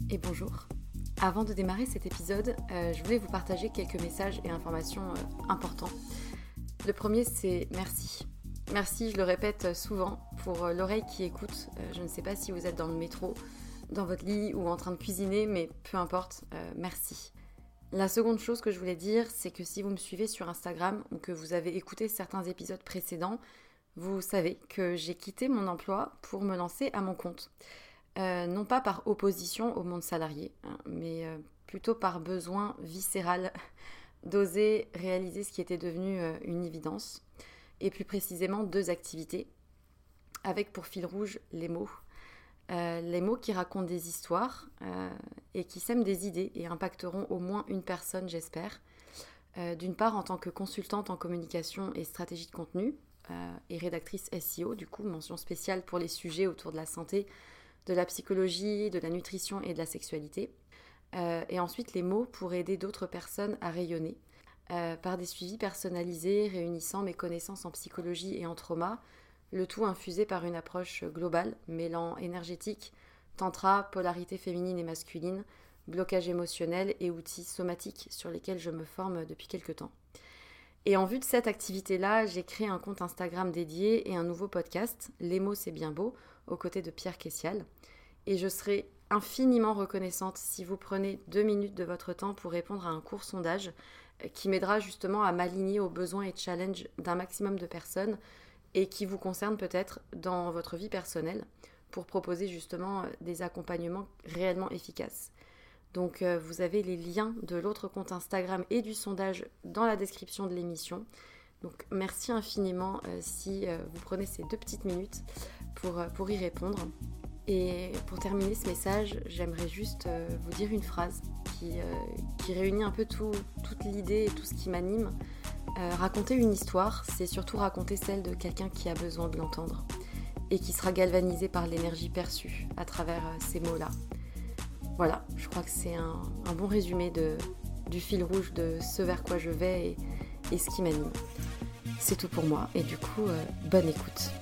et bonjour. Avant de démarrer cet épisode, je voulais vous partager quelques messages et informations importants. Le premier, c'est merci. Merci, je le répète souvent, pour l'oreille qui écoute. Je ne sais pas si vous êtes dans le métro, dans votre lit ou en train de cuisiner, mais peu importe, merci. La seconde chose que je voulais dire, c'est que si vous me suivez sur Instagram ou que vous avez écouté certains épisodes précédents, vous savez que j'ai quitté mon emploi pour me lancer à mon compte. Non pas par opposition au monde salarié, mais plutôt par besoin viscéral d'oser réaliser ce qui était devenu une évidence, et plus précisément 2 activités, avec pour fil rouge les mots qui racontent des histoires et qui sèment des idées et impacteront au moins une personne, j'espère. D'une part en tant que consultante en communication et stratégie de contenu et rédactrice SEO, du coup mention spéciale pour les sujets autour de la santé, de la psychologie, de la nutrition et de la sexualité. Et ensuite les mots pour aider d'autres personnes à rayonner par des suivis personnalisés réunissant mes connaissances en psychologie et en trauma, le tout infusé par une approche globale mêlant énergétique, tantra, polarité féminine et masculine, blocage émotionnel et outils somatiques sur lesquels je me forme depuis quelques temps. Et en vue de cette activité-là, j'ai créé un compte Instagram dédié et un nouveau podcast, Les mots c'est bien beau, aux côtés de Pierre Kessial. Et je serai infiniment reconnaissante si vous prenez 2 minutes de votre temps pour répondre à un court sondage qui m'aidera justement à m'aligner aux besoins et challenges d'un maximum de personnes et qui vous concerne peut-être dans votre vie personnelle pour proposer justement des accompagnements réellement efficaces. Donc vous avez les liens de l'autre compte Instagram et du sondage dans la description de l'émission. Donc merci infiniment si vous prenez ces 2 petites minutes pour y répondre. Et pour terminer ce message, j'aimerais juste vous dire une phrase qui réunit un peu toute l'idée et tout ce qui m'anime. Raconter une histoire, c'est surtout raconter celle de quelqu'un qui a besoin de l'entendre et qui sera galvanisé par l'énergie perçue à travers ces mots-là. Voilà, je crois que c'est un bon résumé du fil rouge de ce vers quoi je vais et ce qui m'anime. C'est tout pour moi et du coup, bonne écoute.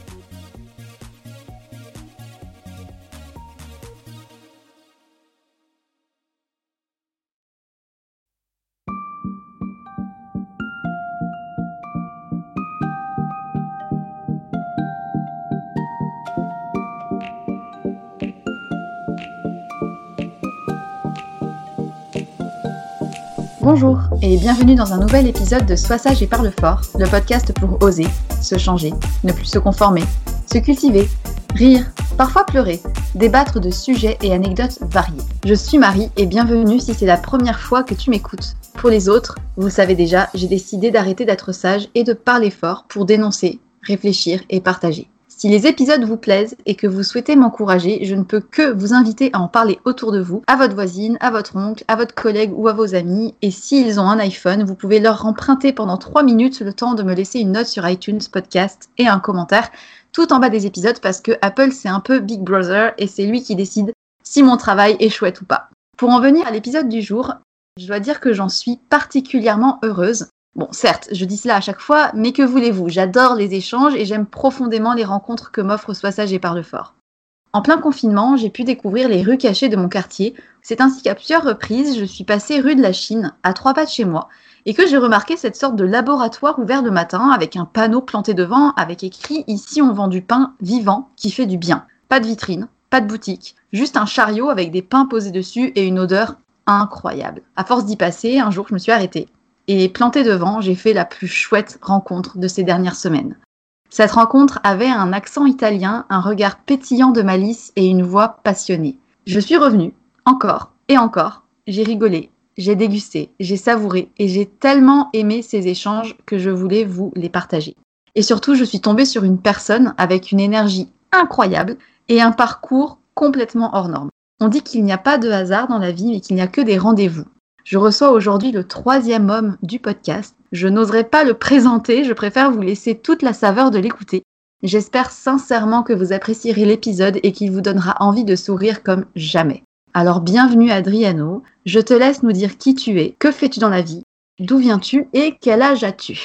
Bonjour et bienvenue dans un nouvel épisode de Sois sage et parle fort, le podcast pour oser, se changer, ne plus se conformer, se cultiver, rire, parfois pleurer, débattre de sujets et anecdotes variés. Je suis Marie et bienvenue si c'est la première fois que tu m'écoutes. Pour les autres, vous le savez déjà, j'ai décidé d'arrêter d'être sage et de parler fort pour dénoncer, réfléchir et partager. Si les épisodes vous plaisent et que vous souhaitez m'encourager, je ne peux que vous inviter à en parler autour de vous, à votre voisine, à votre oncle, à votre collègue ou à vos amis. Et s'ils ont un iPhone, vous pouvez leur emprunter pendant 3 minutes le temps de me laisser une note sur iTunes Podcast et un commentaire tout en bas des épisodes parce que Apple c'est un peu Big Brother et c'est lui qui décide si mon travail est chouette ou pas. Pour en venir à l'épisode du jour, je dois dire que j'en suis particulièrement heureuse. Bon, certes, je dis cela à chaque fois, mais que voulez-vous ? J'adore les échanges et j'aime profondément les rencontres que m'offre Sois sage et parle fort. En plein confinement, j'ai pu découvrir les rues cachées de mon quartier. C'est ainsi qu'à plusieurs reprises, je suis passée rue de la Chine, à 3 pas de chez moi, et que j'ai remarqué cette sorte de laboratoire ouvert le matin avec un panneau planté devant avec écrit « Ici on vend du pain vivant qui fait du bien ». Pas de vitrine, pas de boutique, juste un chariot avec des pains posés dessus et une odeur incroyable. À force d'y passer, un jour je me suis arrêtée. Et plantée devant, j'ai fait la plus chouette rencontre de ces dernières semaines. Cette rencontre avait un accent italien, un regard pétillant de malice et une voix passionnée. Je suis revenue, encore et encore. J'ai rigolé, j'ai dégusté, j'ai savouré et j'ai tellement aimé ces échanges que je voulais vous les partager. Et surtout, je suis tombée sur une personne avec une énergie incroyable et un parcours complètement hors norme. On dit qu'il n'y a pas de hasard dans la vie, mais qu'il n'y a que des rendez-vous. Je reçois aujourd'hui le 3e homme du podcast. Je n'oserais pas le présenter, je préfère vous laisser toute la saveur de l'écouter. J'espère sincèrement que vous apprécierez l'épisode et qu'il vous donnera envie de sourire comme jamais. Alors bienvenue Adriano, je te laisse nous dire qui tu es, que fais-tu dans la vie, d'où viens-tu et quel âge as-tu ?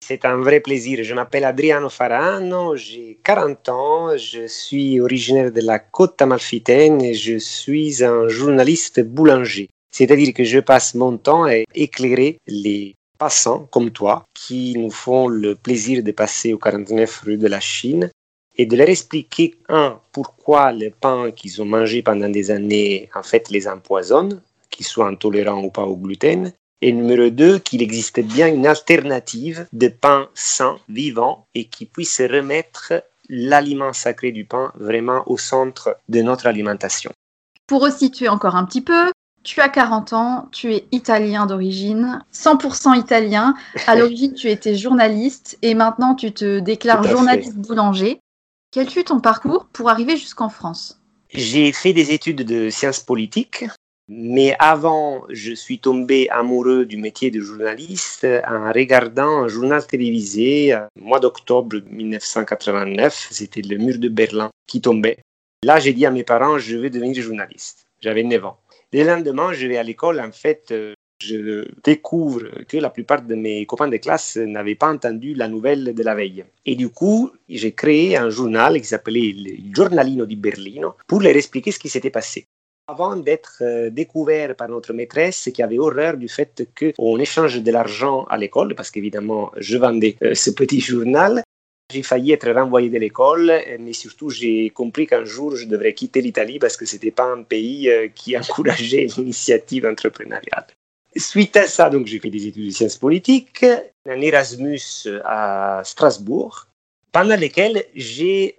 c'est un vrai plaisir. Je m'appelle Adriano Faraano, j'ai 40 ans, je suis originaire de la côte amalfitaine et je suis un journaliste boulanger. C'est-à-dire que je passe mon temps à éclairer les passants comme toi qui nous font le plaisir de passer au 49 rue de la Chine et de leur expliquer, pourquoi le pain qu'ils ont mangé pendant des années, en fait, les empoisonne, qu'ils soient intolérants ou pas au gluten. Et numéro 2, qu'il existe bien une alternative de pain sain, vivant, et qui puisse remettre l'aliment sacré du pain vraiment au centre de notre alimentation. Pour resituer encore un petit peu, tu as 40 ans, tu es italien d'origine, 100% italien. À l'origine, tu étais journaliste et maintenant tu te déclares journaliste boulanger. Quel fut ton parcours pour arriver jusqu'en France ? J'ai fait des études de sciences politiques. Mais avant, je suis tombé amoureux du métier de journaliste en regardant un journal télévisé au mois d'octobre 1989. C'était le mur de Berlin qui tombait. Là, j'ai dit à mes parents, je veux devenir journaliste. J'avais 9 ans. Le lendemain, je vais à l'école. En fait, je découvre que la plupart de mes copains de classe n'avaient pas entendu la nouvelle de la veille. Et du coup, j'ai créé un journal qui s'appelait Il Giornalino di Berlino pour leur expliquer ce qui s'était passé. Avant d'être découvert par notre maîtresse qui avait horreur du fait qu'on échange de l'argent à l'école, parce qu'évidemment, je vendais ce petit journal. J'ai failli être renvoyé de l'école, mais surtout, j'ai compris qu'un jour, je devrais quitter l'Italie parce que ce n'était pas un pays qui encourageait l'initiative entrepreneuriale. Suite à ça, donc, j'ai fait des études de sciences politiques, un Erasmus à Strasbourg, pendant lesquels j'ai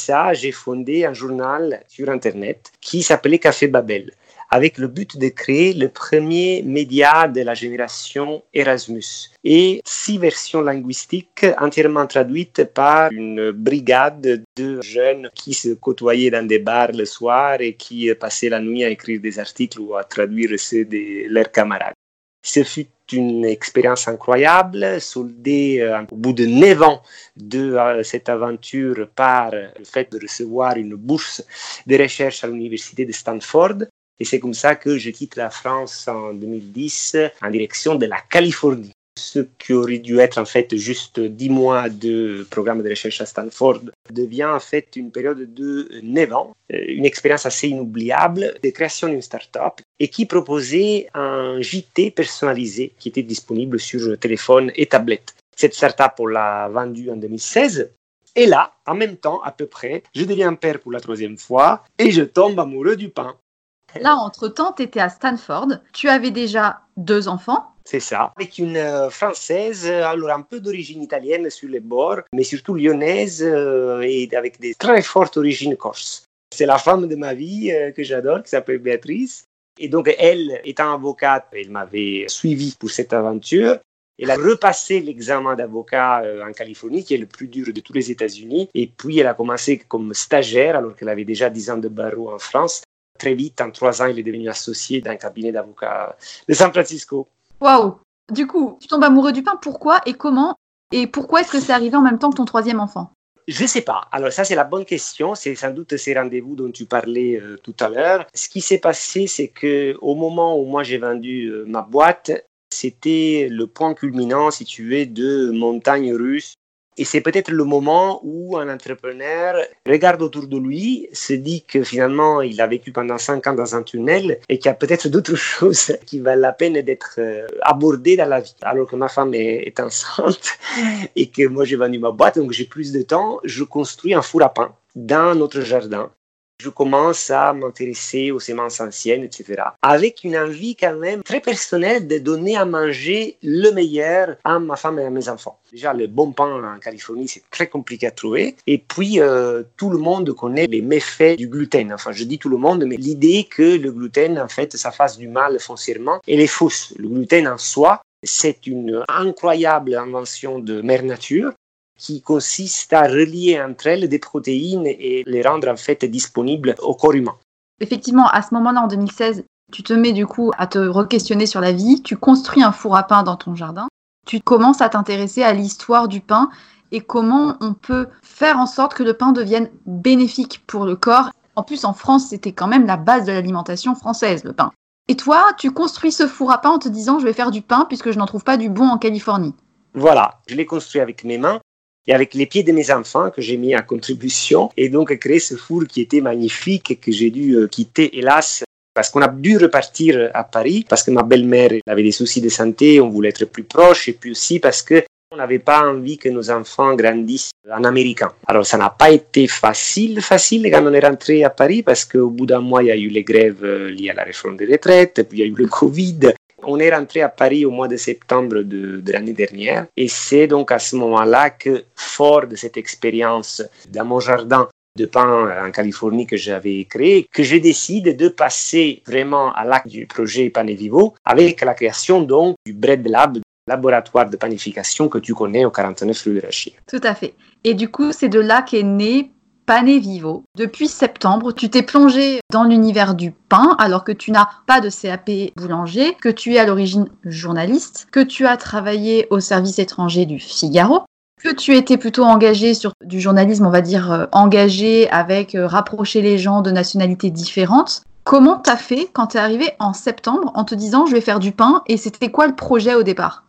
fondé un journal sur Internet qui s'appelait Café Babel, avec le but de créer le premier média de la génération Erasmus et 6 versions linguistiques entièrement traduites par une brigade de jeunes qui se côtoyaient dans des bars le soir et qui passaient la nuit à écrire des articles ou à traduire ceux de leurs camarades. Ce fut une expérience incroyable, soldée au bout de 9 ans de cette aventure par le fait de recevoir une bourse de recherche à l'université de Stanford. Et c'est comme ça que je quitte la France en 2010 en direction de la Californie. Ce qui aurait dû être en fait juste 10 mois de programme de recherche à Stanford devient en fait une période de 9 ans, une expérience assez inoubliable de création d'une start-up et qui proposait un JT personnalisé qui était disponible sur téléphone et tablette. Cette start-up, on l'a vendue en 2016 et là, en même temps, à peu près, je deviens père pour la 3e fois et je tombe amoureux du pain. Là, entre-temps, tu étais à Stanford, tu avais déjà 2 enfants. C'est ça, avec une Française, alors un peu d'origine italienne sur les bords, mais surtout lyonnaise et avec des très fortes origines corses. C'est la femme de ma vie que j'adore, qui s'appelle Béatrice. Et donc, elle, étant avocate, elle m'avait suivi pour cette aventure. Elle a repassé l'examen d'avocat en Californie, qui est le plus dur de tous les États-Unis. Et puis, elle a commencé comme stagiaire, alors qu'elle avait déjà 10 ans de barreau en France. Très vite, en 3 ans, elle est devenue associée d'un cabinet d'avocats de San Francisco. Waouh! Du coup, tu tombes amoureux du pain, pourquoi et comment? Et pourquoi est-ce que c'est arrivé en même temps que ton 3e enfant? Je ne sais pas. Alors ça, c'est la bonne question. C'est sans doute ces rendez-vous dont tu parlais tout à l'heure. Ce qui s'est passé, c'est qu'au moment où moi j'ai vendu ma boîte, c'était le point culminant, si tu veux, de montagnes russes. Et c'est peut-être le moment où un entrepreneur regarde autour de lui, se dit que finalement il a vécu pendant 5 ans dans un tunnel et qu'il y a peut-être d'autres choses qui valent la peine d'être abordées dans la vie. Alors que ma femme est enceinte et que moi j'ai vendu ma boîte, donc j'ai plus de temps, je construis un four à pain dans notre jardin. Je commence à m'intéresser aux semences anciennes, etc. Avec une envie quand même très personnelle de donner à manger le meilleur à ma femme et à mes enfants. Déjà, le bon pain en Californie, c'est très compliqué à trouver. Et puis, tout le monde connaît les méfaits du gluten. Enfin, je dis tout le monde, mais l'idée que le gluten, en fait, ça fasse du mal foncièrement, elle est fausse. Le gluten en soi, c'est une incroyable invention de Mère Nature qui consiste à relier entre elles des protéines et les rendre en fait disponibles au corps humain. Effectivement, à ce moment-là, en 2016, tu te mets du coup à te re-questionner sur la vie, tu construis un four à pain dans ton jardin, tu commences à t'intéresser à l'histoire du pain et comment on peut faire en sorte que le pain devienne bénéfique pour le corps. En plus, en France, c'était quand même la base de l'alimentation française, le pain. Et toi, tu construis ce four à pain en te disant « je vais faire du pain puisque je n'en trouve pas du bon en Californie ». Voilà, je l'ai construit avec mes mains et avec les pieds de mes enfants que j'ai mis à contribution et donc créé ce four qui était magnifique et que j'ai dû quitter, hélas, parce qu'on a dû repartir à Paris parce que ma belle-mère avait des soucis de santé, on voulait être plus proche et puis aussi parce que on n'avait pas envie que nos enfants grandissent en américain. Alors, ça n'a pas été facile quand on est rentré à Paris parce qu'au bout d'un mois, il y a eu les grèves liées à la réforme des retraites, puis il y a eu le Covid. On est rentré à Paris au mois de septembre de l'année dernière et c'est donc à ce moment-là que, fort de cette expérience dans mon jardin de pain en Californie que j'avais créé, que je décide de passer vraiment à l'acte du projet Pane Vivo avec la création donc du Bread Lab, laboratoire de panification que tu connais au 49 rue de Rachid. Tout à fait. Et du coup, c'est de là qu'est né Pane Vivo. Depuis septembre, tu t'es plongé dans l'univers du pain alors que tu n'as pas de CAP boulanger, que tu es à l'origine journaliste, que tu as travaillé au service étranger du Figaro, que tu étais plutôt engagé sur du journalisme, on va dire engagé avec rapprocher les gens de nationalités différentes. Comment t'as fait quand t'es arrivé en septembre en te disant je vais faire du pain et c'était quoi le projet au départ?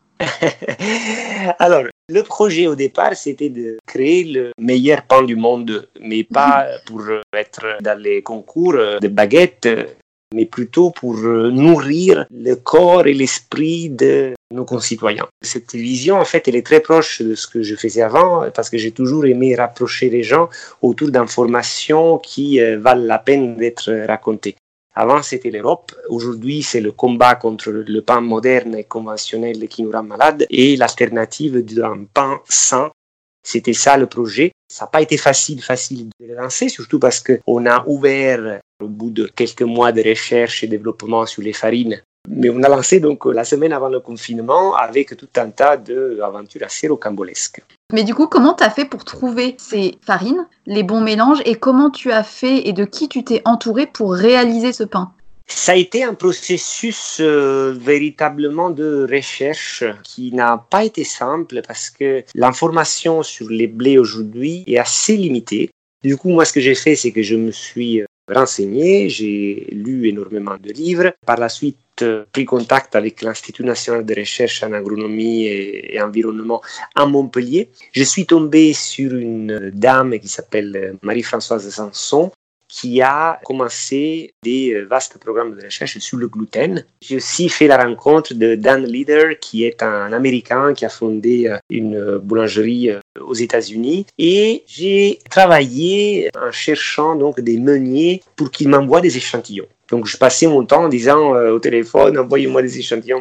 Alors, le projet au départ, c'était de créer le meilleur pain du monde, mais pas pour être dans les concours de baguettes, mais plutôt pour nourrir le corps et l'esprit de nos concitoyens. Cette vision, en fait, elle est très proche de ce que je faisais avant, parce que j'ai toujours aimé rapprocher les gens autour d'informations qui valent la peine d'être racontées. Avant, c'était l'Europe. Aujourd'hui, c'est le combat contre le pain moderne et conventionnel qui nous rend malades et l'alternative d'un pain sain. C'était ça le projet. Ça n'a pas été facile de le lancer, surtout parce qu'on a ouvert au bout de quelques mois de recherche et développement sur les farines. Mais on a lancé donc la semaine avant le confinement avec tout un tas d'aventures assez rocambolesques. Mais du coup, comment tu as fait pour trouver ces farines, les bons mélanges et comment tu as fait et de qui tu t'es entouré pour réaliser ce pain? Ça a été un processus véritablement de recherche qui n'a pas été simple parce que l'information sur les blés aujourd'hui est assez limitée. Du coup, moi, ce que j'ai fait, c'est que je me suis renseigné, j'ai lu énormément de livres. Par la suite, pris contact avec l'Institut national de recherche en agronomie et environnement à Montpellier. Je suis tombé sur une dame qui s'appelle Marie-Françoise Sanson, qui a commencé des vastes programmes de recherche sur le gluten. J'ai aussi fait la rencontre de Dan Leader, qui est un Américain qui a fondé une boulangerie aux États-Unis. Et j'ai travaillé en cherchant donc des meuniers pour qu'ils m'envoient des échantillons. Donc, je passais mon temps en disant au téléphone, envoyez-moi des échantillons.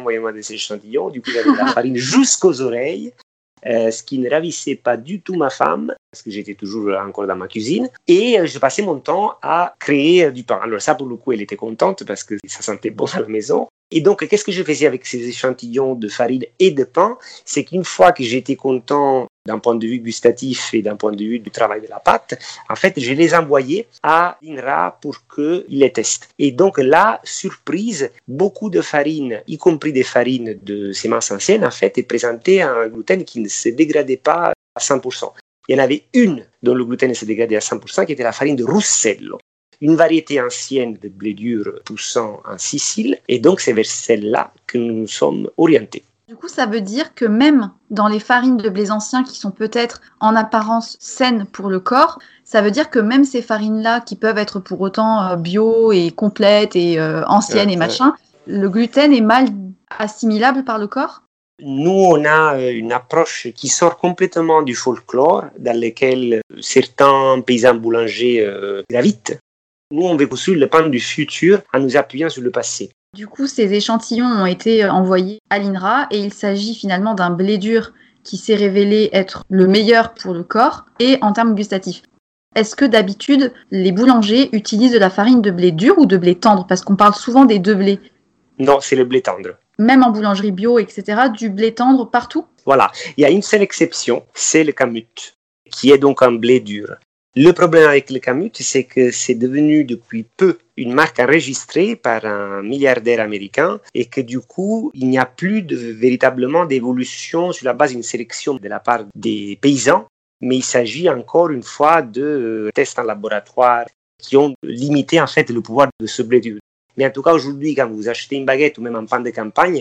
Du coup, j'avais la farine jusqu'aux oreilles. Ce qui ne ravissait pas du tout ma femme, parce que j'étais toujours encore dans ma cuisine, et je passais mon temps à créer du pain. Alors ça, pour le coup, elle était contente, parce que ça sentait bon à la maison. Et donc, qu'est-ce que je faisais avec ces échantillons de farine et de pain? C'est qu'une fois que j'étais content d'un point de vue gustatif et d'un point de vue du travail de la pâte, en fait, je les envoyais à l'INRA pour qu'ils les testent. Et donc là, surprise, beaucoup de farines, y compris des farines de semences anciennes, en fait, présentaient un gluten qui ne se dégradait pas à 100%. Il y en avait une dont le gluten se dégradait à 100%, qui était la farine de Russello, une variété ancienne de blé dur poussant en Sicile. Et donc, c'est vers celle-là que nous nous sommes orientés. Du coup, ça veut dire que même dans les farines de blés anciens qui sont peut-être en apparence saines pour le corps, ça veut dire que même ces farines-là qui peuvent être pour autant bio et complètes et anciennes et machin, le gluten est mal assimilable par le corps? Nous, on a une approche qui sort complètement du folklore dans lequel certains paysans boulangers gravitent. Nous, on veut construire le pain du futur en nous appuyant sur le passé. Du coup, ces échantillons ont été envoyés à l'INRA et il s'agit finalement d'un blé dur qui s'est révélé être le meilleur pour le corps et en termes gustatifs. Est-ce que d'habitude, les boulangers utilisent de la farine de blé dur ou de blé tendre? Parce qu'on parle souvent des deux blés. Non, c'est le blé tendre. Même en boulangerie bio, etc., du blé tendre partout? Voilà. Il y a une seule exception, c'est le kamut, qui est donc un blé dur. Le problème avec le kamut, c'est que c'est devenu depuis peu une marque enregistrée par un milliardaire américain et que du coup, il n'y a plus véritablement d'évolution sur la base d'une sélection de la part des paysans, mais il s'agit encore une fois de tests en laboratoire qui ont limité en fait le pouvoir de ce blé dur. Mais en tout cas, aujourd'hui, quand vous achetez une baguette ou même un pain de campagne,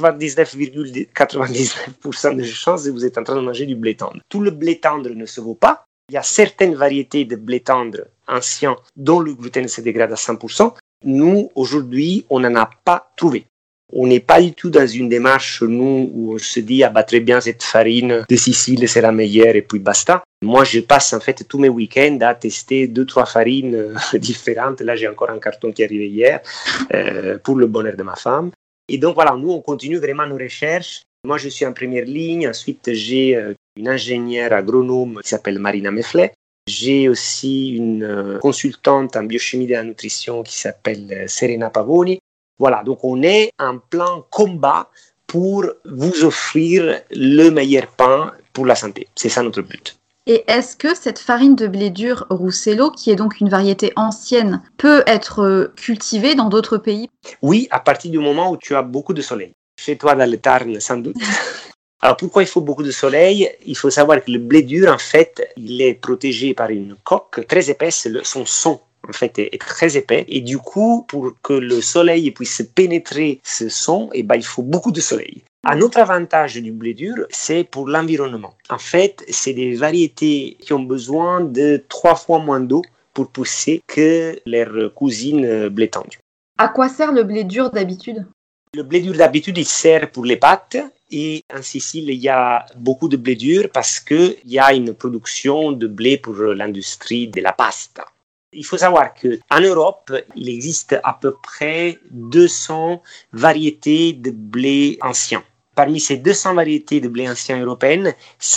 99,99% de chances que vous êtes en train de manger du blé tendre. Tout le blé tendre ne se vaut pas. Il y a certaines variétés de blé tendre anciens dont le gluten se dégrade à 100%. Nous, aujourd'hui, on n'en a pas trouvé. On n'est pas du tout dans une démarche, nous, où on se dit, ah bah très bien, cette farine de Sicile, c'est la meilleure, et puis basta. Moi, je passe en fait tous mes week-ends à tester 2-3 farines différentes. Là, j'ai encore un carton qui est arrivé hier pour le bonheur de ma femme. Et donc voilà, nous, on continue vraiment nos recherches. Moi, je suis en première ligne. Ensuite, j'ai une ingénieure agronome qui s'appelle Marina Mefflet. J'ai aussi une consultante en biochimie de la nutrition qui s'appelle Serena Pavoni. Voilà, donc on est en plein combat pour vous offrir le meilleur pain pour la santé. C'est ça notre but. Et est-ce que cette farine de blé dur Roussello, qui est donc une variété ancienne, peut être cultivée dans d'autres pays? Oui, à partir du moment où tu as beaucoup de soleil. Chez toi dans le Tarn, sans doute. Alors pourquoi il faut beaucoup de soleil? Il faut savoir que le blé dur, en fait, il est protégé par une coque très épaisse. Son son, en fait, est très épais. Et du coup, pour que le soleil puisse pénétrer ce son, il faut beaucoup de soleil. Un autre avantage du blé dur, c'est pour l'environnement. En fait, c'est des variétés qui ont besoin de 3 fois moins d'eau pour pousser que leurs cousines blé tendu. À quoi sert le blé dur d'habitude? Le blé dur d'habitude, il sert pour les pâtes. Et en Sicile, il y a beaucoup de blé dur parce qu'il y a une production de blé pour l'industrie de la pasta. Il faut savoir qu'en Europe, il existe à peu près 200 variétés de blé anciens. Parmi ces 200 variétés de blé anciens européennes,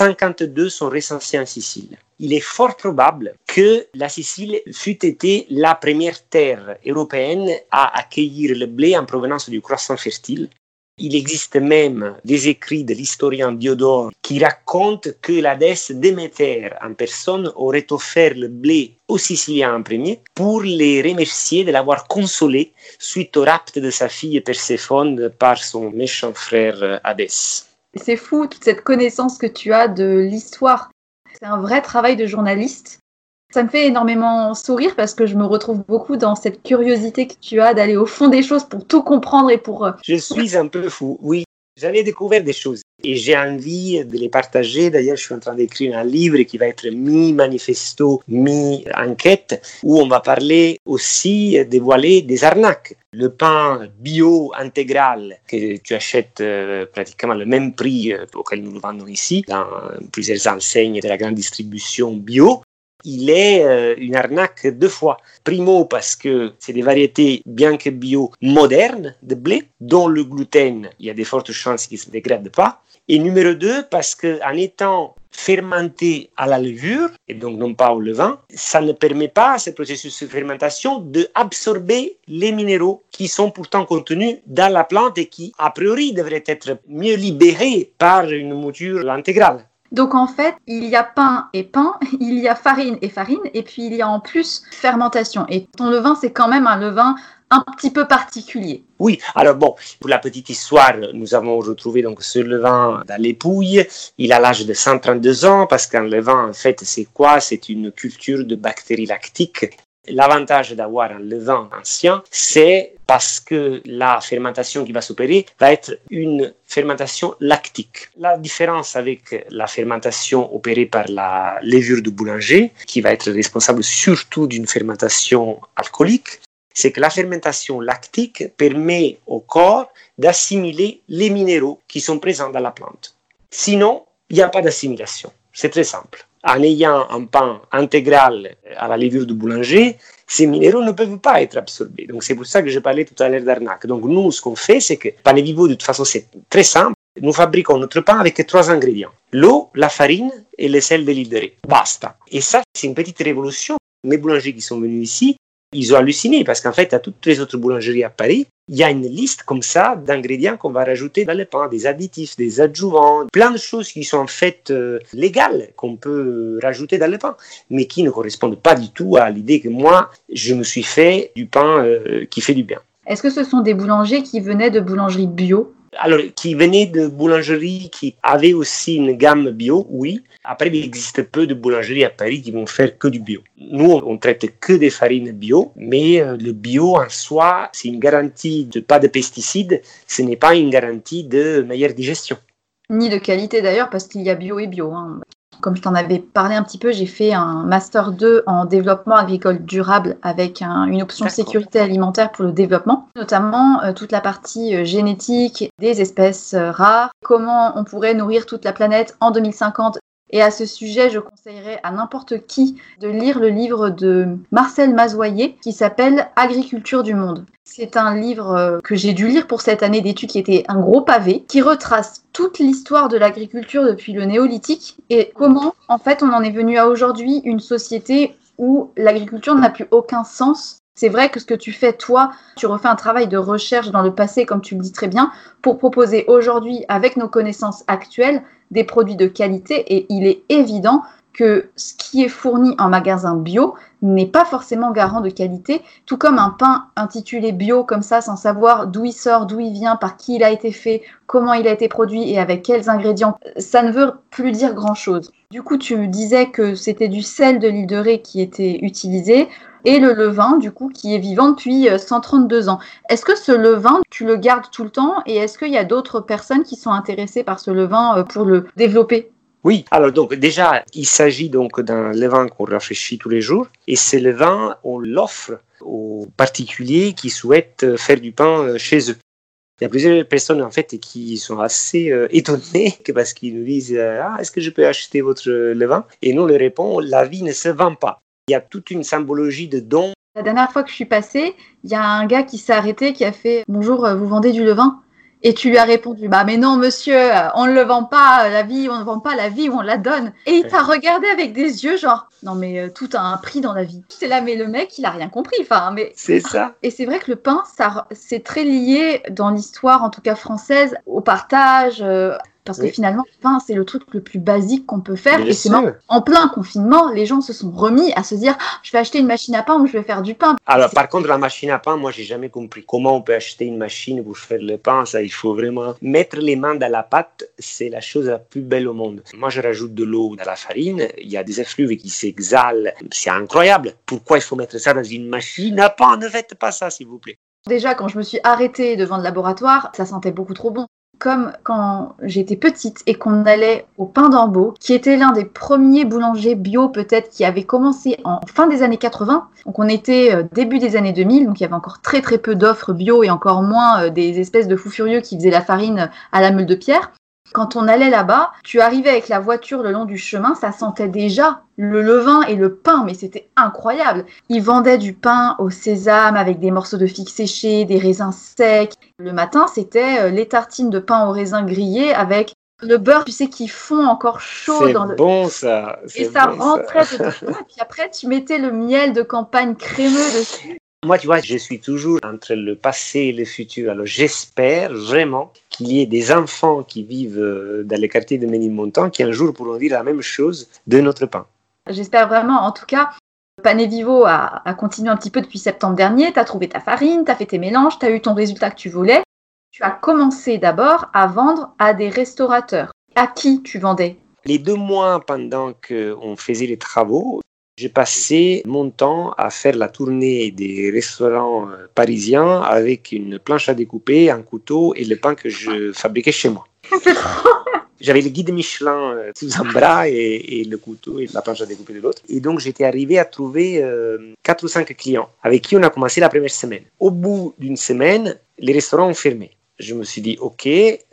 52 sont recensées en Sicile. Il est fort probable que la Sicile fût été la première terre européenne à accueillir le blé en provenance du croissant fertile. Il existe même des écrits de l'historien Diodore qui racontent que la déesse Déméter en personne aurait offert le blé aux Siciliens en premier pour les remercier de l'avoir consolé suite au rapt de sa fille Perséphone par son méchant frère Hadès. C'est fou, toute cette connaissance que tu as de l'histoire. C'est un vrai travail de journaliste. Ça me fait énormément sourire parce que je me retrouve beaucoup dans cette curiosité que tu as d'aller au fond des choses pour tout comprendre et pour... Je suis un peu fou, oui. J'avais découvert des choses et j'ai envie de les partager. D'ailleurs, je suis en train d'écrire un livre qui va être mi-manifesto, mi-enquête, où on va parler aussi, dévoiler des arnaques. Le pain bio intégral que tu achètes pratiquement le même prix auquel nous le vendons ici, dans plusieurs enseignes de la grande distribution bio, il est une arnaque 2 fois. Primo, parce que c'est des variétés, bien que bio, modernes de blé, dont le gluten, il y a de fortes chances qu'il ne se dégrade pas. Et numéro 2, parce qu'en étant fermenté à la levure, et donc non pas au levain, ça ne permet pas à ce processus de fermentation d'absorber les minéraux qui sont pourtant contenus dans la plante et qui, a priori, devraient être mieux libérés par une mouture intégrale. Donc en fait, il y a pain, il y a farine, et puis il y a en plus fermentation. Et ton levain, c'est quand même un levain un petit peu particulier. Oui, alors bon, pour la petite histoire, nous avons retrouvé donc ce levain dans les Pouilles. Il a l'âge de 132 ans parce qu'un levain, en fait, c'est quoi? C'est une culture de bactéries lactiques. L'avantage d'avoir un levain ancien, c'est parce que la fermentation qui va s'opérer va être une fermentation lactique. La différence avec la fermentation opérée par la levure du boulanger, qui va être responsable surtout d'une fermentation alcoolique, c'est que la fermentation lactique permet au corps d'assimiler les minéraux qui sont présents dans la plante. Sinon, il n'y a pas d'assimilation. C'est très simple. En ayant un pain intégral à la levure du boulanger, ces minéraux ne peuvent pas être absorbés. Donc c'est pour ça que je parlais tout à l'heure d'arnaque. Donc nous, ce qu'on fait, c'est que Pane Vivo, de toute façon, c'est très simple. Nous fabriquons notre pain avec 3 ingrédients. L'eau, la farine et le sel de l'île de Ré. Basta. Et ça, c'est une petite révolution. Mes boulangers qui sont venus ici, ils ont halluciné parce qu'en fait, à toutes les autres boulangeries à Paris, il y a une liste comme ça d'ingrédients qu'on va rajouter dans le pain, des additifs, des adjuvants, plein de choses qui sont en fait légales qu'on peut rajouter dans le pain, mais qui ne correspondent pas du tout à l'idée que moi, je me suis fait du pain qui fait du bien. Est-ce que ce sont des boulangers qui venaient de boulangeries bio ? Alors, qui venait de boulangeries qui avaient aussi une gamme bio, oui. Après, il existe peu de boulangeries à Paris qui vont faire que du bio. Nous, on traite que des farines bio, mais le bio en soi, c'est une garantie de pas de pesticides, ce n'est pas une garantie de meilleure digestion. Ni de qualité d'ailleurs, parce qu'il y a bio et bio. Comme je t'en avais parlé un petit peu, j'ai fait un Master 2 en développement agricole durable avec une option sécurité alimentaire pour le développement, notamment toute la partie génétique des espèces rares, comment on pourrait nourrir toute la planète en 2050. Et à ce sujet, je conseillerais à n'importe qui de lire le livre de Marcel Mazoyer qui s'appelle « Agriculture du monde ». C'est un livre que j'ai dû lire pour cette année d'études qui était un gros pavé, qui retrace toute l'histoire de l'agriculture depuis le néolithique et comment, en fait, on en est venu à aujourd'hui une société où l'agriculture n'a plus aucun sens. C'est vrai que ce que tu fais, toi, tu refais un travail de recherche dans le passé, comme tu le dis très bien, pour proposer aujourd'hui, avec nos connaissances actuelles, des produits de qualité. Et il est évident que ce qui est fourni en magasin bio n'est pas forcément garant de qualité, tout comme un pain intitulé bio comme ça, sans savoir d'où il sort, d'où il vient, par qui il a été fait, comment il a été produit et avec quels ingrédients, ça ne veut plus dire grand-chose. Du coup, tu me disais que c'était du sel de l'île de Ré qui était utilisé et le levain, du coup, qui est vivant depuis 132 ans. Est-ce que ce levain, tu le gardes tout le temps et est-ce qu'il y a d'autres personnes qui sont intéressées par ce levain pour le développer ? Oui, alors donc déjà, il s'agit donc d'un levain qu'on rafraîchit tous les jours et ce levain, on l'offre aux particuliers qui souhaitent faire du pain chez eux. Il y a plusieurs personnes en fait qui sont assez étonnées parce qu'ils nous disent est-ce que je peux acheter votre levain ? Et nous on leur répond la vie ne se vend pas. Il y a toute une symbologie de don. La dernière fois que je suis passée, il y a un gars qui s'est arrêté qui a fait « Bonjour, vous vendez du levain ?» Et tu lui as répondu, bah mais non monsieur, on ne le vend pas, la vie, on ne vend pas la vie, on la donne. Et il t'a regardé avec des yeux genre, non mais tout a un prix dans la vie. C'est là, mais le mec, il a rien compris. Enfin, mais c'est ça. Et c'est vrai que le pain, ça, c'est très lié dans l'histoire, en tout cas française, au partage. Parce que finalement, le pain, c'est le truc le plus basique qu'on peut faire. Bien et c'est marrant, en plein confinement, les gens se sont remis à se dire je vais acheter une machine à pain ou je vais faire du pain. Alors, par contre, la machine à pain, moi, j'ai jamais compris. Comment on peut acheter une machine pour faire le pain? Ça, il faut vraiment mettre les mains dans la pâte. C'est la chose la plus belle au monde. Moi, je rajoute de l'eau dans la farine. Il y a des effluves qui s'exhalent. C'est incroyable. Pourquoi il faut mettre ça dans une machine à pain? Ne faites pas ça, s'il vous plaît. Déjà, quand je me suis arrêtée devant le laboratoire, ça sentait beaucoup trop bon. Comme quand j'étais petite et qu'on allait au Pain d'Ambault, qui était l'un des premiers boulangers bio peut-être qui avait commencé en fin des années 80. Donc on était début des années 2000, donc il y avait encore très très peu d'offres bio et encore moins des espèces de fous furieux qui faisaient la farine à la meule de pierre. Quand on allait là-bas, tu arrivais avec la voiture le long du chemin, ça sentait déjà le levain et le pain, mais c'était incroyable. Ils vendaient du pain au sésame avec des morceaux de figue séchés, des raisins secs. Le matin, c'était les tartines de pain au raisin grillées avec le beurre, tu sais, qui fond encore chaud. C'est bon ça. Et ça rentrait dedans. Et puis après, tu mettais le miel de campagne crémeux dessus. Moi, tu vois, je suis toujours entre le passé et le futur. Alors, j'espère vraiment qu'il y ait des enfants qui vivent dans les quartiers de Ménilmontant qui un jour pourront dire la même chose de notre pain. J'espère vraiment. En tout cas, Pané Vivo a continué un petit peu depuis septembre dernier. Tu as trouvé ta farine, tu as fait tes mélanges, tu as eu ton résultat que tu voulais. Tu as commencé d'abord à vendre à des restaurateurs. À qui tu vendais? Les 2 mois pendant qu'on faisait les travaux, j'ai passé mon temps à faire la tournée des restaurants parisiens avec une planche à découper, un couteau et le pain que je fabriquais chez moi. J'avais le guide Michelin sous un bras et le couteau et la planche à découper de l'autre. Et donc, j'étais arrivé à trouver 4 ou 5 clients avec qui on a commencé la première semaine. Au bout d'une semaine, les restaurants ont fermé. Je me suis dit, OK,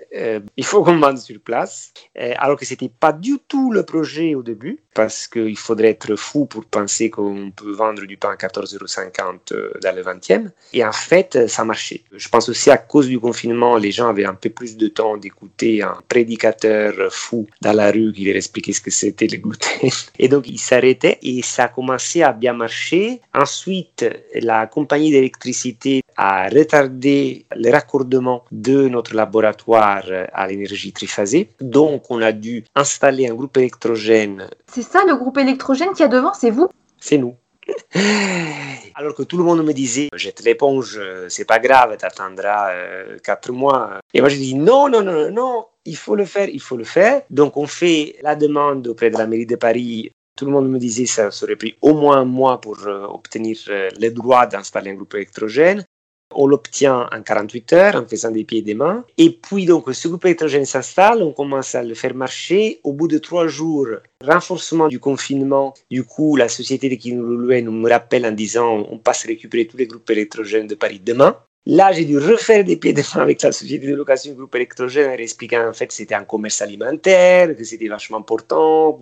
il faut qu'on vende sur place, alors que ce n'était pas du tout le projet au début, parce qu'il faudrait être fou pour penser qu'on peut vendre du pain à 14,50 € dans le 20e. Et en fait, ça marchait. Je pense aussi à cause du confinement, les gens avaient un peu plus de temps d'écouter un prédicateur fou dans la rue qui leur expliquait ce que c'était le gluten. Et donc, ils s'arrêtaient et ça a commencé à bien marcher. Ensuite, la compagnie d'électricité a retardé le raccordement de notre laboratoire à l'énergie triphasée. Donc, on a dû installer un groupe électrogène. C'est ça, le groupe électrogène qu'il y a devant, c'est vous? C'est nous. Alors que tout le monde me disait, jette l'éponge, c'est pas grave, t'attendras 4 mois. Et moi je dis, non, il faut le faire. Donc on fait la demande auprès de la mairie de Paris. Tout le monde me disait que ça aurait pris au moins un mois pour obtenir le droit d'installer un groupe électrogène. On l'obtient en 48 heures en faisant des pieds et des mains. Et puis, donc, ce groupe électrogène s'installe, on commence à le faire marcher. Au bout de 3 jours, renforcement du confinement. Du coup, la société qui nous louait nous me rappelle en disant on passe récupérer tous les groupes électrogènes de Paris demain. Là, j'ai dû refaire des pieds et des mains avec la société de location du groupe électrogène en expliquant en fait que c'était un commerce alimentaire, que c'était vachement important.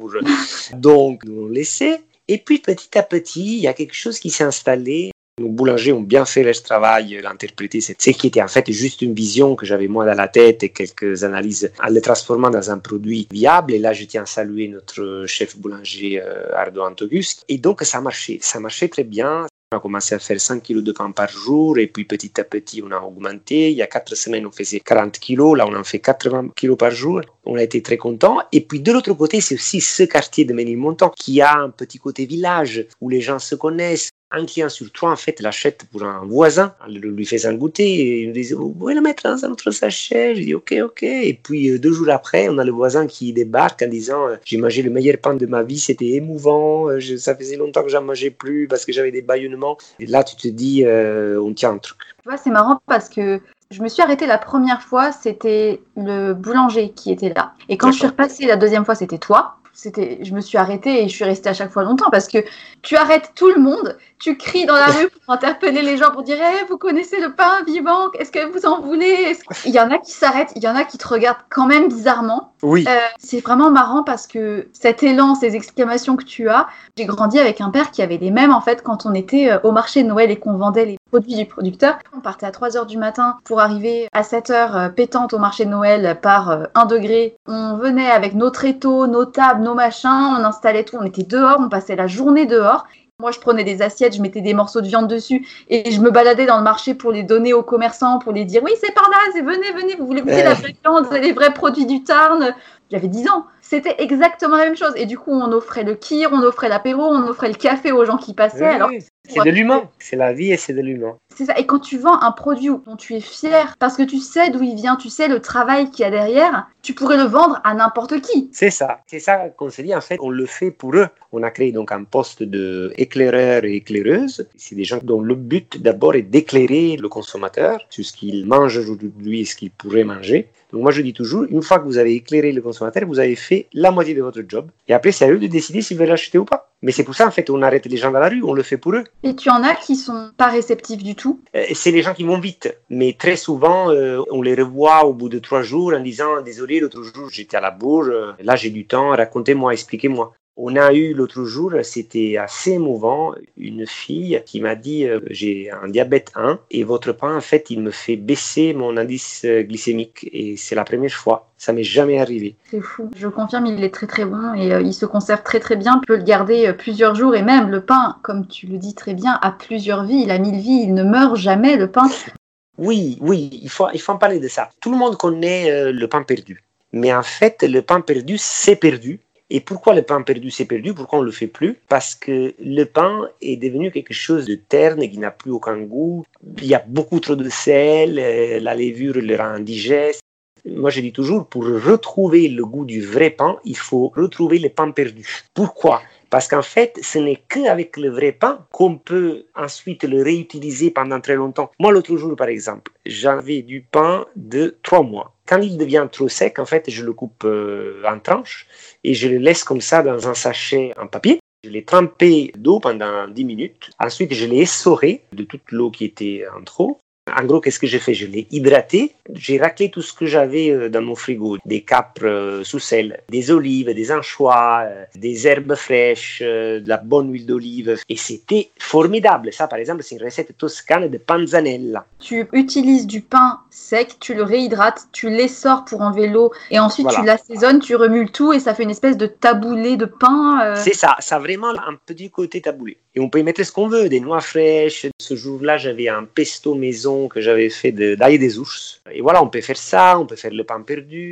Donc, nous l'ont laissé. Et puis, petit à petit, il y a quelque chose qui s'est installé. Nos boulangers ont bien fait leur travail, l'interpréter, c'est ce qui était en fait juste une vision que j'avais moi dans la tête et quelques analyses en le transformant dans un produit viable. Et là, je tiens à saluer notre chef boulanger Ardo Antogus. Et donc, ça marchait très bien. On a commencé à faire 100 kilos de pain par jour et puis petit à petit, on a augmenté. Il y a 4 semaines, on faisait 40 kilos. Là, on en fait 80 kilos par jour. On a été très contents. Et puis, de l'autre côté, c'est aussi ce quartier de Ménilmontant qui a un petit côté village où les gens se connaissent. Un client sur 3, en fait, l'achète pour un voisin, en lui faisant goûter, et il me disait, vous pouvez le mettre dans un autre sachet? Je dis, ok. Et puis, 2 jours après, on a le voisin qui débarque en disant, j'ai mangé le meilleur pain de ma vie, c'était émouvant, ça faisait longtemps que j'en mangeais plus parce que j'avais des bâillonnements. Et là, tu te dis, on tient un truc. Tu vois, c'est marrant parce que je me suis arrêtée la première fois, c'était le boulanger qui était là. Et quand je suis repassée la deuxième fois, c'était toi. Je me suis arrêtée et je suis restée à chaque fois longtemps parce que tu arrêtes tout le monde, tu cries dans la rue pour interpeller les gens pour dire vous connaissez le pain vivant, est-ce que vous en voulez? Il y en a qui s'arrêtent, il y en a qui te regardent quand même bizarrement. Oui. C'est vraiment marrant parce que cet élan, ces exclamations que tu as, j'ai grandi avec un père qui avait les mêmes en fait quand on était au marché de Noël et qu'on vendait les produits du producteur. On partait à 3h du matin pour arriver à 7h pétante au marché de Noël par 1 degré. On venait avec nos tréteaux, nos tables, nos machins, on installait tout, on était dehors, on passait la journée dehors. Moi, je prenais des assiettes, je mettais des morceaux de viande dessus et je me baladais dans le marché pour les donner aux commerçants, pour les dire « Oui, c'est par là, venez, vous voulez goûter la vraie viande, les vrais produits du Tarn ?» J'avais 10 ans. C'était exactement la même chose. Et du coup, on offrait le kir, on offrait l'apéro, on offrait le café aux gens qui passaient. Oui, alors, c'est de l'humain. C'est la vie et c'est de l'humain. C'est ça. Et quand tu vends un produit dont tu es fier, parce que tu sais d'où il vient, tu sais le travail qu'il y a derrière, tu pourrais le vendre à n'importe qui. C'est ça qu'on s'est dit. En fait, on le fait pour eux. On a créé donc un poste d'éclaireur et éclaireuse. C'est des gens dont le but d'abord est d'éclairer le consommateur sur ce qu'il mange aujourd'hui et ce qu'il pourrait manger. Donc moi je dis toujours, une fois que vous avez éclairé le consommateur, vous avez fait la moitié de votre job. Et après c'est à eux de décider s'ils veulent l'acheter ou pas. Mais c'est pour ça en fait on arrête les gens dans la rue, on le fait pour eux. Et tu en as qui sont pas réceptifs du tout? C'est les gens qui vont vite. Mais très souvent on les revoit au bout de 3 jours en disant désolé l'autre jour j'étais à la bourre, là j'ai du temps, racontez-moi, expliquez-moi. On a eu l'autre jour, c'était assez émouvant, une fille qui m'a dit j'ai un diabète 1 et votre pain en fait il me fait baisser mon indice glycémique et c'est la première fois, ça m'est jamais arrivé. C'est fou, je confirme, il est très très bon et il se conserve très très bien, on peut le garder plusieurs jours et même le pain, comme tu le dis très bien, a plusieurs vies, il a 1000 vies, il ne meurt jamais le pain. Oui, il faut en parler de ça. Tout le monde connaît le pain perdu, mais en fait le pain perdu c'est perdu. Et pourquoi le pain perdu c'est perdu? Pourquoi on ne le fait plus? Parce que le pain est devenu quelque chose de terne et qui n'a plus aucun goût. Il y a beaucoup trop de sel, la levure le rend indigeste. Moi je dis toujours, pour retrouver le goût du vrai pain, il faut retrouver le pain perdu. Pourquoi? Parce qu'en fait, ce n'est qu'avec le vrai pain qu'on peut ensuite le réutiliser pendant très longtemps. Moi, l'autre jour, par exemple, j'avais du pain de 3 mois. Quand il devient trop sec, en fait, je le coupe en tranches et je le laisse comme ça dans un sachet en papier. Je l'ai trempé d'eau pendant 10 minutes. Ensuite, je l'ai essoré de toute l'eau qui était en trop. En gros, qu'est-ce que j'ai fait? Je l'ai hydraté. J'ai raclé tout ce que j'avais dans mon frigo. Des capres sous sel, des olives, des anchois, des herbes fraîches, de la bonne huile d'olive. Et c'était formidable. Ça, par exemple, c'est une recette toscane de panzanella. Tu utilises du pain sec, tu le réhydrates, tu l'essores pour enlever l'eau et ensuite voilà. Tu l'assaisonnes, tu remues le tout et ça fait une espèce de taboulé de pain. C'est ça a vraiment un petit côté taboulé. Et on peut y mettre ce qu'on veut, des noix fraîches. Ce jour-là, j'avais un pesto maison que j'avais fait d'ail des ours. Et voilà, on peut faire ça, on peut faire le pain perdu.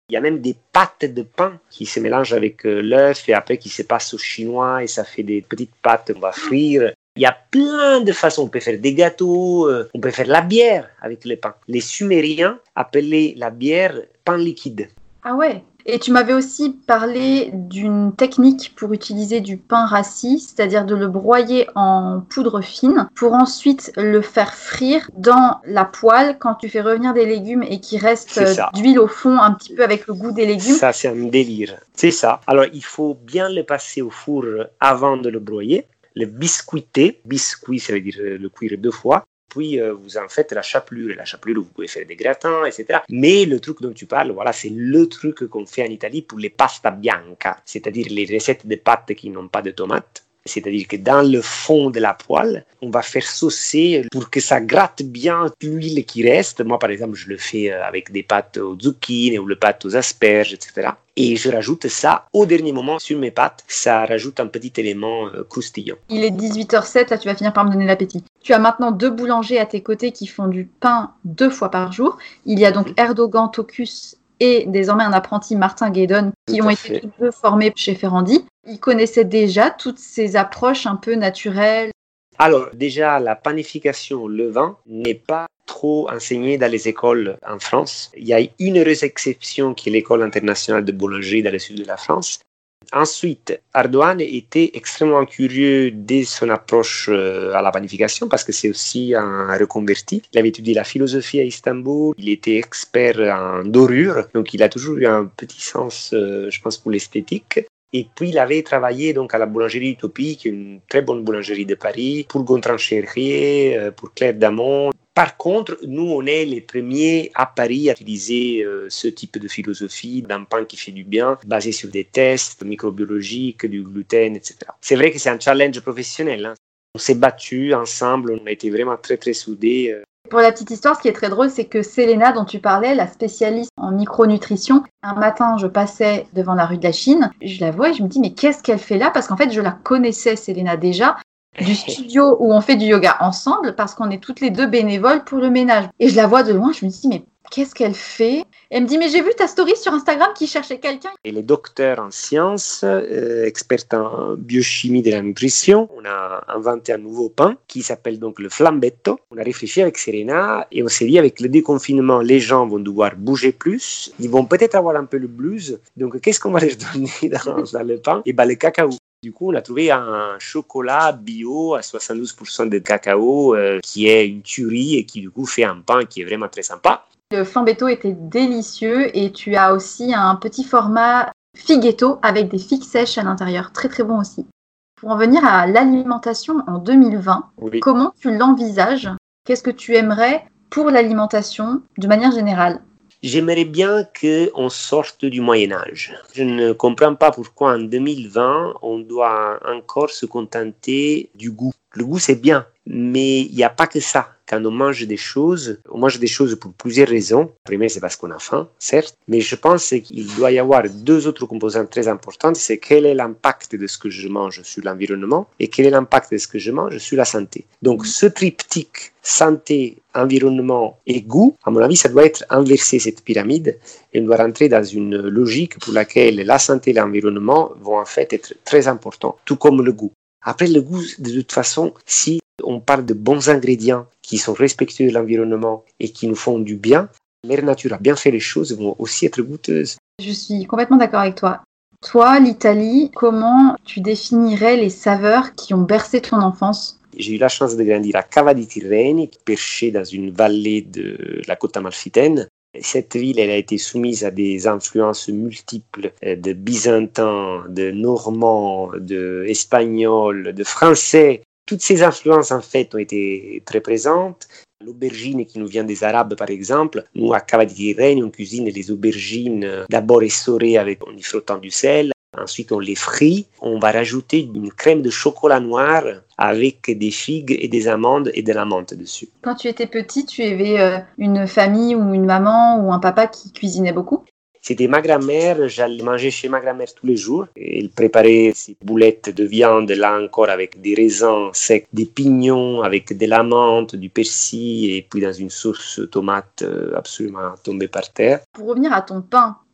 Il y a même des pâtes de pain qui se mélangent avec l'œuf et après qui se passent au chinois et ça fait des petites pâtes qu'on va frire. Il y a plein de façons. On peut faire des gâteaux, on peut faire la bière avec le pain. Les Sumériens appelaient la bière pain liquide. Ah ouais. Et tu m'avais aussi parlé d'une technique pour utiliser du pain rassis, c'est-à-dire de le broyer en poudre fine pour ensuite le faire frire dans la poêle quand tu fais revenir des légumes et qu'il reste d'huile au fond un petit peu avec le goût des légumes. Ça, c'est un délire. C'est ça. Alors, il faut bien le passer au four avant de le broyer, le biscuiter. Biscuit, ça veut dire le cuire 2 fois. Puis, vous en faites la chapelure. Et la chapelure, vous pouvez faire des gratins, etc. Mais le truc dont tu parles, voilà, c'est le truc qu'on fait en Italie pour les pasta bianca, c'est-à-dire les recettes de pâtes qui n'ont pas de tomates. C'est-à-dire que dans le fond de la poêle, on va faire saucer pour que ça gratte bien l'huile qui reste. Moi, par exemple, je le fais avec des pâtes aux zucchini ou les pâtes aux asperges, etc. Et je rajoute ça au dernier moment sur mes pâtes. Ça rajoute un petit élément croustillant. Il est 18h07, là tu vas finir par me donner l'appétit. Tu as maintenant 2 boulangers à tes côtés qui font du pain 2 fois par jour. Il y a donc Erdogan Tokus et désormais un apprenti, Martin Guédon, qui ont été tous 2 formés chez Ferrandi. Ils connaissaient déjà toutes ces approches un peu naturelles. Alors déjà, la panification, le vin, n'est pas trop enseignée dans les écoles en France. Il y a une heureuse exception qui est l'école internationale de boulangerie dans le sud de la France. Ensuite, Erdogan était extrêmement curieux dès son approche à la panification parce que c'est aussi un reconverti. Il avait étudié la philosophie à Istanbul, il était expert en dorure, donc il a toujours eu un petit sens, je pense, pour l'esthétique. Et puis, il avait travaillé donc à la boulangerie Utopie, qui est une très bonne boulangerie de Paris, pour Gontran Cherrier, pour Claire Damon. Par contre, nous, on est les premiers à Paris à utiliser ce type de philosophie d'un pain qui fait du bien, basé sur des tests microbiologiques, du gluten, etc. C'est vrai que c'est un challenge professionnel. Hein. On s'est battus ensemble, on a été vraiment très, très soudés. Pour la petite histoire, ce qui est très drôle, c'est que Selena, dont tu parlais, la spécialiste en micronutrition, un matin, je passais devant la rue de la Chine, je la vois et je me dis, mais qu'est-ce qu'elle fait là? Parce qu'en fait, je la connaissais, Selena, déjà, du studio où on fait du yoga ensemble, parce qu'on est toutes les 2 bénévoles pour le ménage. Et je la vois de loin, je me dis, mais qu'est-ce qu'elle fait? Et elle me dit, mais j'ai vu ta story sur Instagram qui cherchait quelqu'un. Elle est docteur en sciences, experte en biochimie de la nutrition. On a inventé un nouveau pain qui s'appelle donc le flambetto. On a réfléchi avec Serena et on s'est dit avec le déconfinement, les gens vont devoir bouger plus. Ils vont peut-être avoir un peu le blues. Donc, qu'est-ce qu'on va leur donner dans le pain? Et le cacao. Du coup, on a trouvé un chocolat bio à 72% de cacao qui est une tuerie et qui du coup fait un pain qui est vraiment très sympa. Le flambetto était délicieux et tu as aussi un petit format fighetto avec des figues sèches à l'intérieur. Très très bon aussi. Pour en venir à l'alimentation en 2020, oui. Comment tu l'envisages? Qu'est-ce que tu aimerais pour l'alimentation de manière générale? J'aimerais bien qu'on sorte du Moyen-Âge. Je ne comprends pas pourquoi en 2020, on doit encore se contenter du goût. Le goût, c'est bien, mais il n'y a pas que ça. Quand on mange des choses pour plusieurs raisons. La première, c'est parce qu'on a faim, certes, mais je pense qu'il doit y avoir 2 autres composantes très importantes. C'est quel est l'impact de ce que je mange sur l'environnement et quel est l'impact de ce que je mange sur la santé. Donc, ce triptyque santé, environnement et goût, à mon avis, ça doit être inversé, cette pyramide, et on doit rentrer dans une logique pour laquelle la santé et l'environnement vont en fait être très importants, tout comme le goût. Après, le goût, de toute façon, si on parle de bons ingrédients qui sont respectueux de l'environnement et qui nous font du bien, Mère Nature a bien fait les choses, vont aussi être goûteuses. Je suis complètement d'accord avec toi. Toi, l'Italie, comment tu définirais les saveurs qui ont bercé ton enfance? J'ai eu la chance de grandir à Cava di Tirreni, perchée dans une vallée de la côte amalfitaine. Cette ville, elle a été soumise à des influences multiples de byzantins, de normands, d'espagnols, de français. Toutes ces influences, en fait, ont été très présentes. L'aubergine qui nous vient des Arabes, par exemple. Nous, à Cava di Tirreni, on cuisine les aubergines d'abord essorées en y frottant du sel. Ensuite, on les frit. On va rajouter une crème de chocolat noir avec des figues et des amandes et de la menthe dessus. Quand tu étais petit, tu avais une famille ou une maman ou un papa qui cuisinait beaucoup? C'était ma grand-mère. J'allais manger chez ma grand-mère tous les jours. Elle préparait ces boulettes de viande, là encore, avec des raisins secs, des pignons, avec de la menthe, du persil et puis dans une sauce tomate absolument tombée par terre. Pour revenir à ton pain,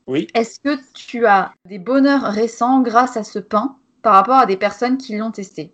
Oui. Est-ce que tu as des bonheurs récents grâce à ce pain par rapport à des personnes qui l'ont testé?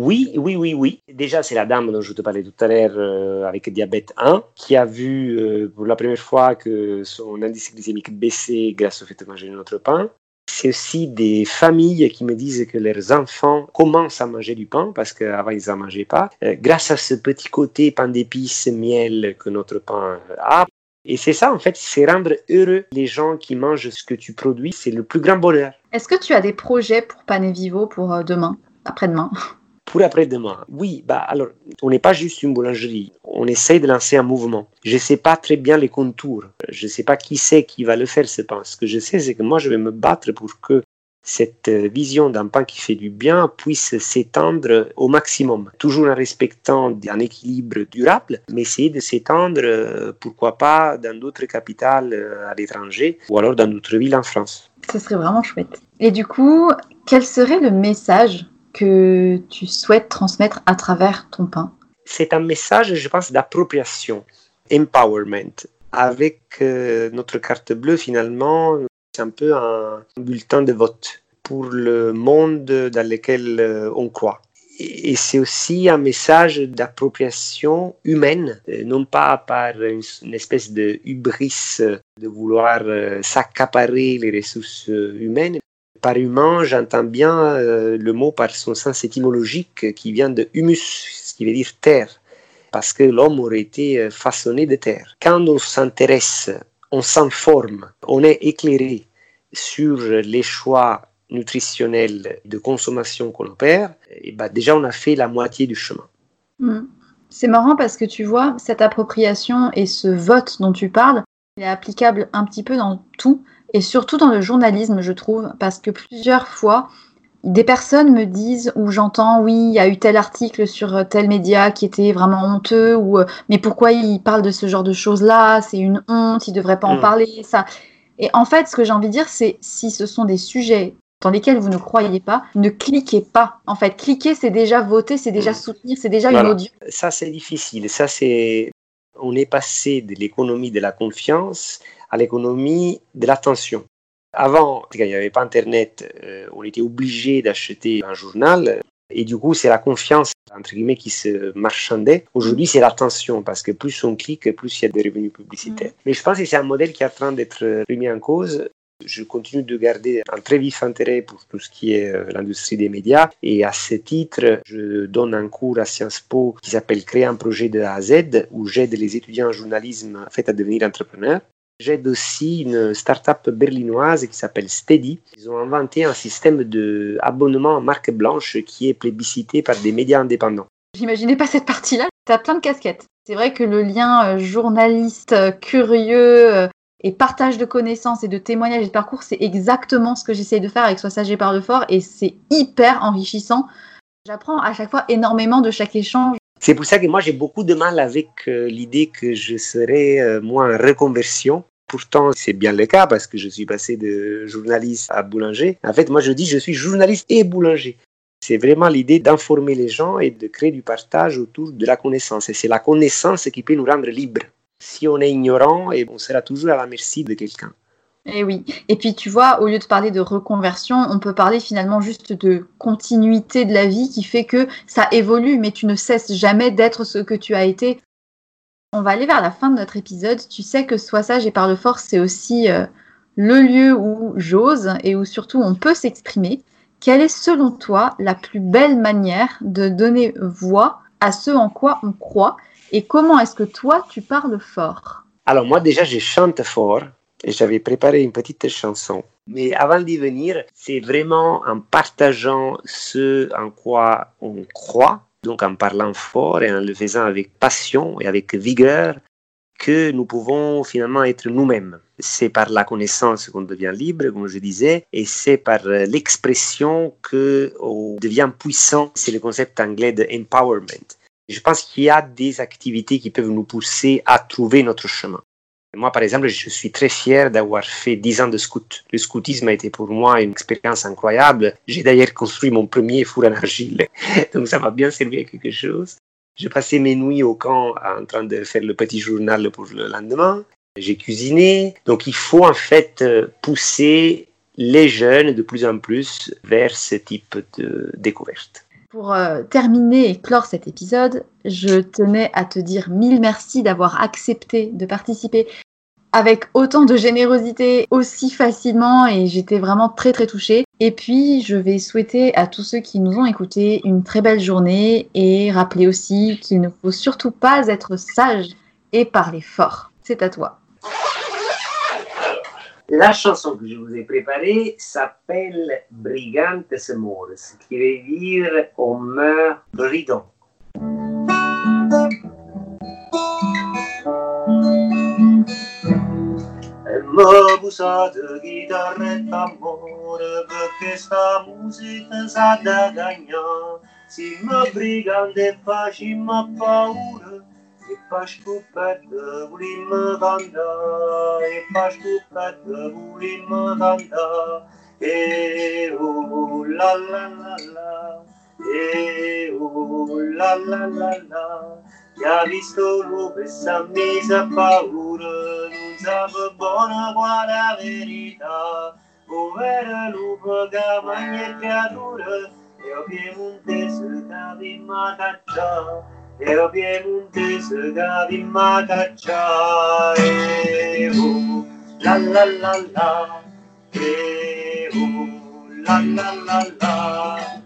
Oui. Déjà, c'est la dame dont je te parlais tout à l'heure avec diabète 1 qui a vu pour la première fois que son indice glycémique baissait grâce au fait de manger notre pain. C'est aussi des familles qui me disent que leurs enfants commencent à manger du pain parce qu'avant ils n'en mangeaient pas. Grâce à ce petit côté pain d'épices, miel que notre pain a. Et c'est ça en fait, c'est rendre heureux les gens qui mangent ce que tu produis. C'est le plus grand bonheur. Est-ce que tu as des projets pour Pane Vivo pour demain, après-demain? Pour après-demain, oui, alors, on n'est pas juste une boulangerie, on essaye de lancer un mouvement. Je ne sais pas très bien les contours, je ne sais pas qui c'est qui va le faire ce pain. Ce que je sais, c'est que moi, je vais me battre pour que cette vision d'un pain qui fait du bien puisse s'étendre au maximum, toujours en respectant un équilibre durable, mais essayer de s'étendre, pourquoi pas, dans d'autres capitales à l'étranger ou alors dans d'autres villes en France. Ce serait vraiment chouette. Et du coup, quel serait le message que tu souhaites transmettre à travers ton pain? C'est un message, je pense, d'appropriation, empowerment. Avec notre carte bleue, finalement, c'est un peu un bulletin de vote pour le monde dans lequel on croit. Et c'est aussi un message d'appropriation humaine, non pas par une espèce de hubris de vouloir s'accaparer les ressources humaines. Par humain, j'entends bien le mot par son sens étymologique qui vient de humus, ce qui veut dire terre, parce que l'homme aurait été façonné de terre. Quand on s'intéresse, on s'informe, on est éclairé sur les choix nutritionnels de consommation qu'on opère, et déjà on a fait la moitié du chemin. C'est marrant parce que tu vois, cette appropriation et ce vote dont tu parles, il est applicable un petit peu dans tout. Et surtout dans le journalisme, je trouve, parce que plusieurs fois, des personnes me disent, ou j'entends, oui, il y a eu tel article sur tel média qui était vraiment honteux, ou mais pourquoi il parle de ce genre de choses-là? C'est une honte, il ne devrait pas en parler, ça. Et en fait, ce que j'ai envie de dire, c'est si ce sont des sujets dans lesquels vous ne croyez pas, ne cliquez pas. En fait, cliquer, c'est déjà voter, c'est déjà soutenir, c'est déjà une audience. Ça, c'est difficile. On est passé de l'économie de la confiance à l'économie de l'attention. Avant, quand il n'y avait pas Internet, on était obligé d'acheter un journal et du coup, c'est la confiance, entre guillemets, qui se marchandait. Aujourd'hui, c'est l'attention parce que plus on clique, plus il y a des revenus publicitaires. Mais je pense que c'est un modèle qui est en train d'être remis en cause. Je continue de garder un très vif intérêt pour tout ce qui est l'industrie des médias et à ce titre, je donne un cours à Sciences Po qui s'appelle « Créer un projet de A à Z » où j'aide les étudiants en journalisme en fait, à devenir entrepreneurs. J'aide aussi une start-up berlinoise qui s'appelle Steady. Ils ont inventé un système d'abonnement en marque blanche qui est plébiscité par des médias indépendants. J'imaginais pas cette partie-là. Tu as plein de casquettes. C'est vrai que le lien journaliste, curieux et partage de connaissances et de témoignages et de parcours, c'est exactement ce que j'essaye de faire avec Sois sage et parle fort et c'est hyper enrichissant. J'apprends à chaque fois énormément de chaque échange. C'est pour ça que moi j'ai beaucoup de mal avec l'idée que je serais moi en reconversion. Pourtant, c'est bien le cas parce que je suis passé de journaliste à boulanger. En fait, moi je dis je suis journaliste et boulanger. C'est vraiment l'idée d'informer les gens et de créer du partage autour de la connaissance. Et c'est la connaissance qui peut nous rendre libres. Si on est ignorant, on sera toujours à la merci de quelqu'un. Et oui. Et puis tu vois, au lieu de parler de reconversion, on peut parler finalement juste de continuité de la vie qui fait que ça évolue, mais tu ne cesses jamais d'être ce que tu as été. On va aller vers la fin de notre épisode. Tu sais que Sois sage et parle fort, c'est aussi le lieu où j'ose et où surtout on peut s'exprimer. Quelle est selon toi la plus belle manière de donner voix à ce en quoi on croit et comment est-ce que toi tu parles fort? Alors moi déjà je chante fort et j'avais préparé une petite chanson. Mais avant d'y venir, c'est vraiment en partageant ce en quoi on croit, donc en parlant fort et en le faisant avec passion et avec vigueur, que nous pouvons finalement être nous-mêmes. C'est par la connaissance qu'on devient libre, comme je disais, et c'est par l'expression qu'on devient puissant. C'est le concept anglais de empowerment. Je pense qu'il y a des activités qui peuvent nous pousser à trouver notre chemin. Moi, par exemple, je suis très fier d'avoir fait 10 ans de scout. Le scoutisme a été pour moi une expérience incroyable. J'ai d'ailleurs construit mon premier four en argile. Donc ça m'a bien servi à quelque chose. Je passais mes nuits au camp en train de faire le petit journal pour le lendemain. j'ai cuisiné. Donc il faut en fait pousser les jeunes de plus en plus vers ce type de découverte. Pour terminer et clore cet épisode, je tenais à te dire 1000 merci d'avoir accepté de participer avec autant de générosité aussi facilement et j'étais vraiment très très touchée. Et puis je vais souhaiter à tous ceux qui nous ont écoutés une très belle journée et rappeler aussi qu'il ne faut surtout pas être sage et parler fort. C'est à toi. La chanson que je vous ai préparée s'appelle Brigantes Mores, qui veut dire on meurt brigand. M'ho bussat chitarretta amore perché sta musica sa da cagnà. Si me brigante faci ma paura e pa scoperta volimmo cantare e pa scoperta volimmo cantare e oh la la la la e oh la la la la. Chi ha visto lupo e s'ha messo a paura, non sa buona quale la verità. Povero lupo che mangia creatura, e o piemontese che vimma caccia, e o piemontese che vimma caccia. E oh, la la la la, e oh, la la la la.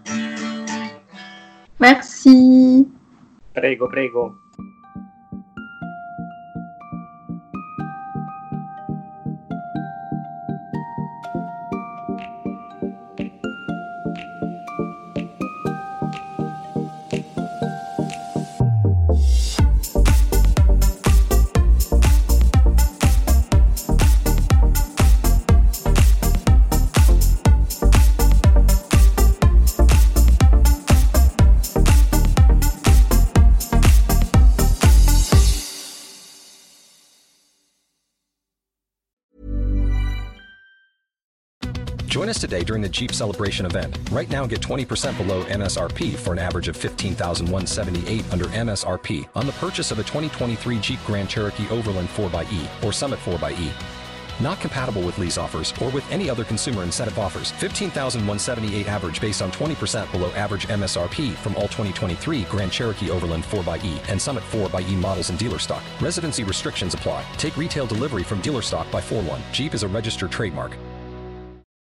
Merci. Prego, prego. Join us today during the Jeep Celebration event. Right now, get 20% below MSRP for an average of $15,178 under MSRP on the purchase of a 2023 Jeep Grand Cherokee Overland 4xE or Summit 4xE. Not compatible with lease offers or with any other consumer incentive offers. $15,178 average based on 20% below average MSRP from all 2023 Grand Cherokee Overland 4xE and Summit 4xE models in dealer stock. Residency restrictions apply. Take retail delivery from dealer stock by 4/1. Jeep is a registered trademark.